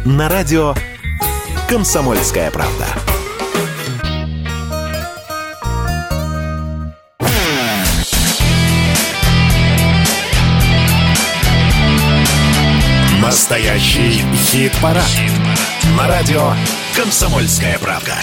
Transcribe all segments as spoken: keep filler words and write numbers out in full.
на радио «Комсомольская правда». Настоящий хит-парад. Хит-парад. На радио «Комсомольская правда».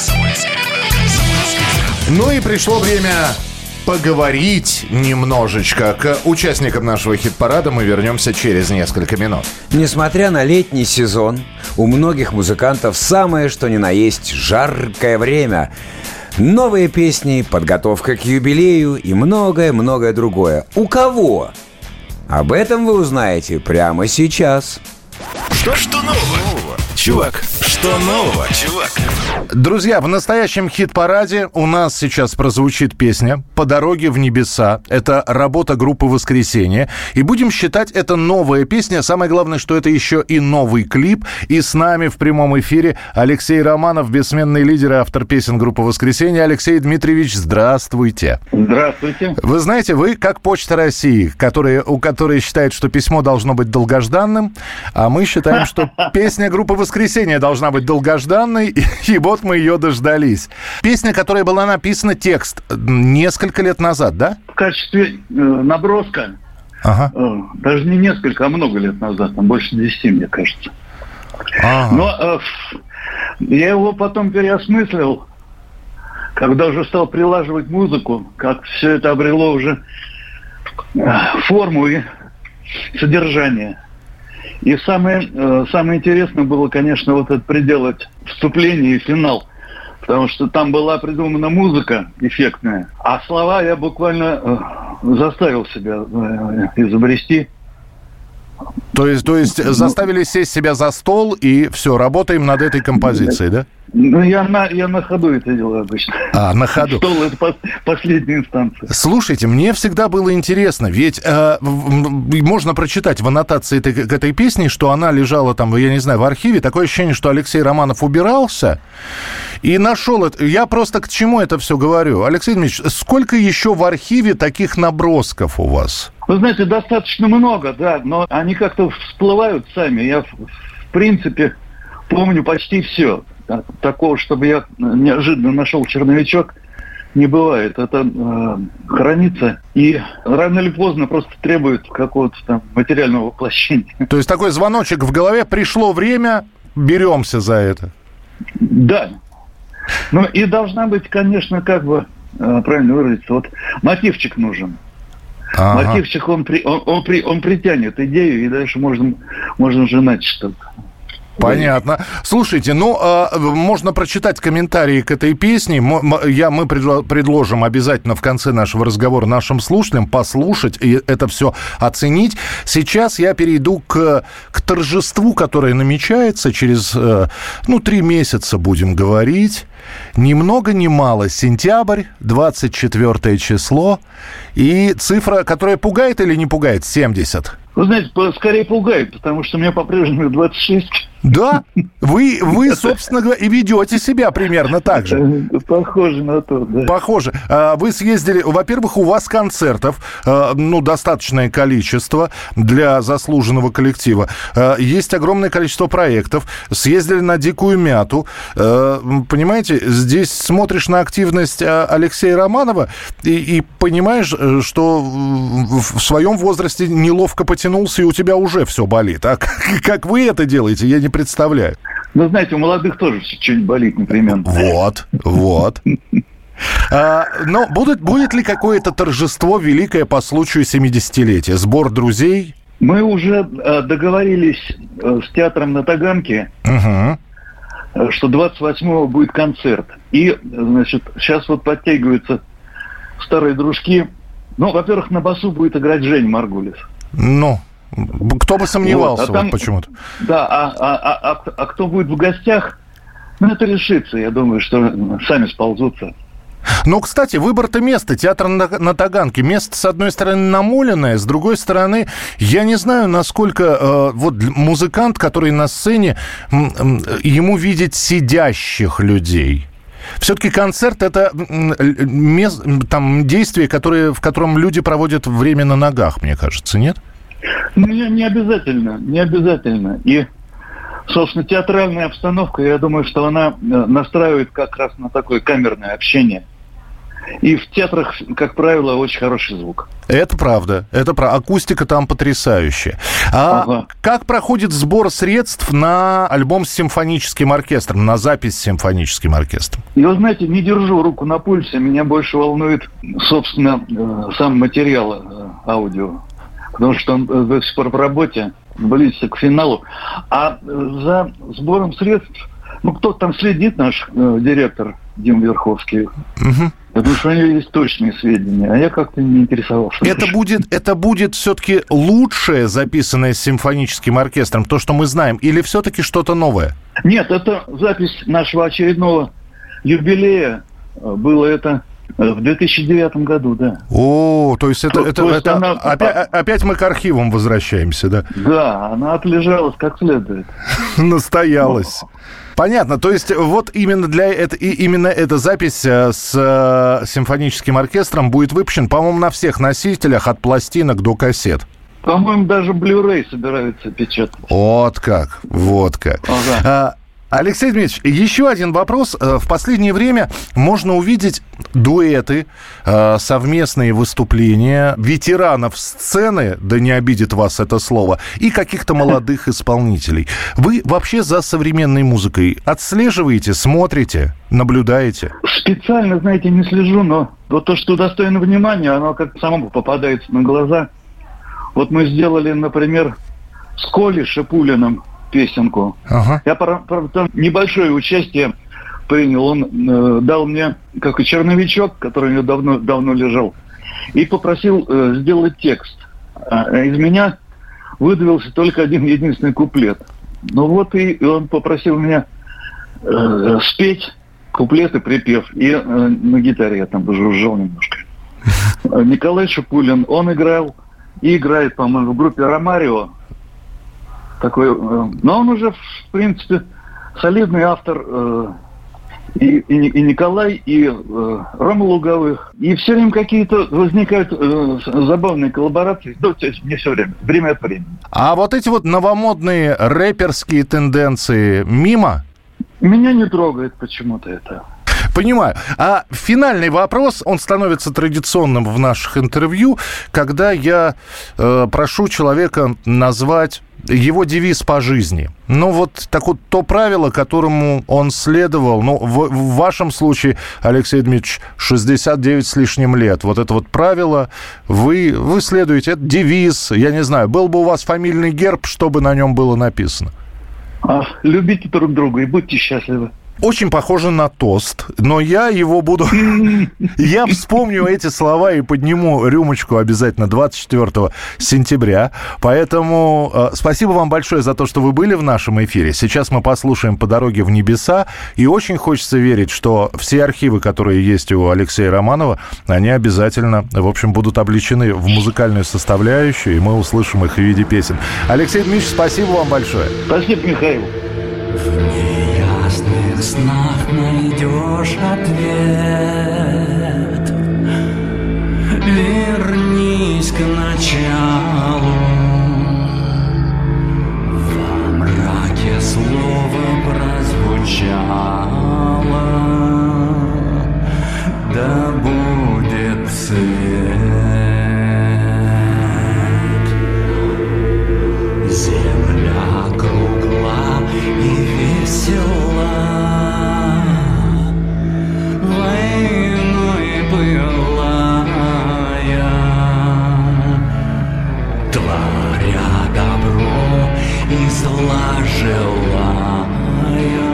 Ну и пришло время поговорить немножечко. К участникам нашего хит-парада мы вернемся через несколько минут. Несмотря на летний сезон, у многих музыкантов самое что ни на есть жаркое время. Новые песни, подготовка к юбилею и многое-многое другое. У кого? Об этом вы узнаете прямо сейчас. Что, что нового, чувак? Что нового, чувак? Друзья, в настоящем хит-параде у нас сейчас прозвучит песня «По дороге в небеса». Это работа группы «Воскресенье». И будем считать, это новая песня. Самое главное, что это еще и новый клип. И с нами в прямом эфире Алексей Романов, бессменный лидер и автор песен группы «Воскресенье». Алексей Дмитриевич, здравствуйте. Здравствуйте. Вы знаете, вы как Почта России, которые, у которой считают, что письмо должно быть долгожданным, а мы считаем, что песня группы «Воскресенье» должна быть долгожданной, и, и вот мы ее дождались. Песня, которая была написана, текст, несколько лет назад, да? В качестве э, наброска, ага. э, даже не несколько, а много лет назад, там больше десяти, мне кажется. Ага. Но э, я его потом переосмыслил, когда уже стал прилаживать музыку, как все это обрело уже э, форму и содержание. И самое, э, самое интересное было, конечно, вот это приделать вступление и финал. Потому что там была придумана музыка эффектная, а слова я буквально э, заставил себя э, изобрести. То есть, то есть заставили сесть себя за стол и все, работаем над этой композицией, да? Ну, я на, я на ходу это делаю обычно. А, на ходу. Стол – это пос, последняя инстанция. Слушайте, мне всегда было интересно, ведь э, можно прочитать в аннотации этой, к этой песни, что она лежала там, я не знаю, в архиве. Такое ощущение, что Алексей Романов убирался и нашел это. Я просто к чему это все говорю? Алексей Дмитриевич, сколько еще в архиве таких набросков у вас? Вы знаете, достаточно много, да, но они как-то всплывают сами. Я, в принципе, помню почти все. Такого, чтобы я неожиданно нашел черновичок, не бывает. Это э, хранится и рано или поздно просто требует какого-то там материального воплощения. То есть такой звоночек в голове, пришло время, беремся за это. Да. Ну и должна быть, конечно, как бы, э, правильно выразиться, вот мотивчик нужен. Ага. Мотивчик, он, при, он, он, при, он притянет идею, и дальше можно, можно уже начать что-то. Понятно. Слушайте, ну, э, можно прочитать комментарии к этой песне. Я, мы предложим обязательно в конце нашего разговора нашим слушателям послушать и это все оценить. Сейчас я перейду к, к торжеству, которое намечается через, э, ну, три месяца, будем говорить. Ни много ни мало. Сентябрь, двадцать четвёртое число. И цифра, которая пугает или не пугает? семьдесят. Вы знаете, скорее пугает, потому что мне по-прежнему двадцать шесть. Да? Вы, вы, собственно говоря, и ведете себя примерно так же. Похоже на то, да. Похоже. Вы съездили... Во-первых, у вас концертов, ну, достаточное количество для заслуженного коллектива. Есть огромное количество проектов. Съездили на «Дикую мяту». Понимаете, здесь смотришь на активность Алексея Романова и, и понимаешь, что в своем возрасте неловко потянулся, и у тебя уже все болит. А как, как вы это делаете, я не представляю. Ну, знаете, у молодых тоже что-нибудь болит непременно. Вот, вот. А, но будет, будет ли какое-то торжество великое по случаю семидесятилетия? Сбор друзей? Мы уже э, договорились э, с театром на Таганке, угу. э, что двадцать восьмого будет концерт. И, значит, сейчас вот подтягиваются старые дружки. Ну, во-первых, на басу будет играть Женя Маргулис. Ну, кто бы сомневался, вот, а там, вот почему-то. Да, а, а, а, а, а кто будет в гостях, ну, это решится. Я думаю, что сами сползутся. Ну, кстати, выбор-то места. Театр на, на Таганке. Место, с одной стороны, намоленное, с другой стороны, я не знаю, насколько э, вот музыкант, который на сцене, э, ему видеть сидящих людей. Все-таки концерт – это мест, там, действие, которое, в котором люди проводят время на ногах, мне кажется, нет? Не, не обязательно, не обязательно. И собственно, театральная обстановка, я думаю, что она настраивает как раз на такое камерное общение. И в театрах, как правило, очень хороший звук. Это правда. Это правда. Акустика там потрясающая. А ага. Как проходит сбор средств на альбом с симфоническим оркестром, на запись с симфоническим оркестром? Я, знаете, не держу руку на пульсе. Меня больше волнует, собственно, сам материал аудио. Потому что он до сих пор в работе, близится к финалу. А за сбором средств, ну, кто там следит, наш э, директор Дима Верховский. Угу. Потому что у него есть точные сведения, а я как-то не интересовался. Это будет, это будет все-таки лучшее, записанное с симфоническим оркестром, то, что мы знаем, или все-таки что-то новое? Нет, это запись нашего очередного юбилея. Было это в две тысячи девятом году, да. О, то есть это, то, это, то это она... опять, опять мы к архивам возвращаемся, да? Да, она отлежалась как следует. Настоялась. Понятно, то есть вот именно для это, и именно эта запись с э, симфоническим оркестром будет выпущена, по-моему, на всех носителях, от пластинок до кассет. По-моему, даже Blu-ray собираются печатать. Вот как, вот как. Ага. А, Алексей Дмитриевич, еще один вопрос. В последнее время можно увидеть дуэты, совместные выступления ветеранов сцены, да не обидит вас это слово, и каких-то молодых исполнителей. Вы вообще за современной музыкой отслеживаете, смотрите, наблюдаете? Специально, знаете, не слежу, но вот то, что достойно внимания, оно как само попадается на глаза. Вот мы сделали, например, с Колей Шипулиным песенку. Ага. Я, правда, небольшое участие принял. Он э, дал мне как и черновичок, который у него давно, давно лежал, и попросил э, сделать текст. А из меня выдавился только один единственный куплет. Ну вот и, и он попросил меня э, спеть куплет и припев. И э, на гитаре я там жужжал немножко. Николай Шипулин, он играл и играет, по-моему, в группе «Ромарио». Такой, но он уже, в принципе, солидный автор, э, и, и, и Николай, и э, Рома Луговых. И все время какие-то возникают э, забавные коллаборации. Ну, не все время, время от времени. А вот эти вот новомодные рэперские тенденции мимо? Меня не трогает почему-то это. Понимаю. А финальный вопрос, он становится традиционным в наших интервью, когда я э, прошу человека назвать его девиз по жизни. Ну, вот так вот то правило, которому он следовал, ну, в, в вашем случае, Алексей Дмитриевич, шестьдесят девять с лишним лет. Вот это вот правило, вы, вы следуете, это девиз, я не знаю, был бы у вас фамильный герб, что бы на нем было написано? А, любите друг друга и будьте счастливы. Очень похоже на тост, но я его буду... Я вспомню эти слова и подниму рюмочку обязательно двадцать четвёртого сентября. Поэтому э, спасибо вам большое за то, что вы были в нашем эфире. Сейчас мы послушаем «По дороге в небеса». И очень хочется верить, что все архивы, которые есть у Алексея Романова, они обязательно, в общем, будут облечены в музыкальную составляющую, и мы услышим их в виде песен. Алексей Дмитриевич, спасибо вам большое. Спасибо, Михаил. В снах найдешь ответ. Вернись к началу. Во мраке слово прозвучало. Да будет свет. Земля кругла и весела. Войной былая, творя добро и зла желая,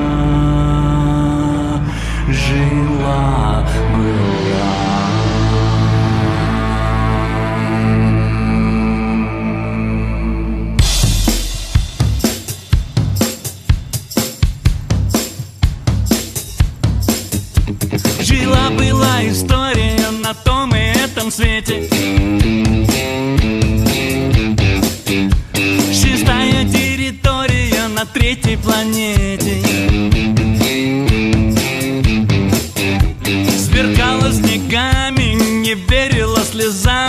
жила была. Жила-была история на том и этом свете. Шестая территория на третьей планете. Сверкала снегами, не верила слезам.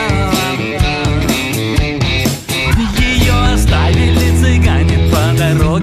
Ее оставили цыгане по дороге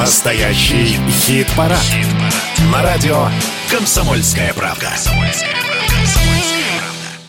Настоящий хит-парад. На радио «Комсомольская правда».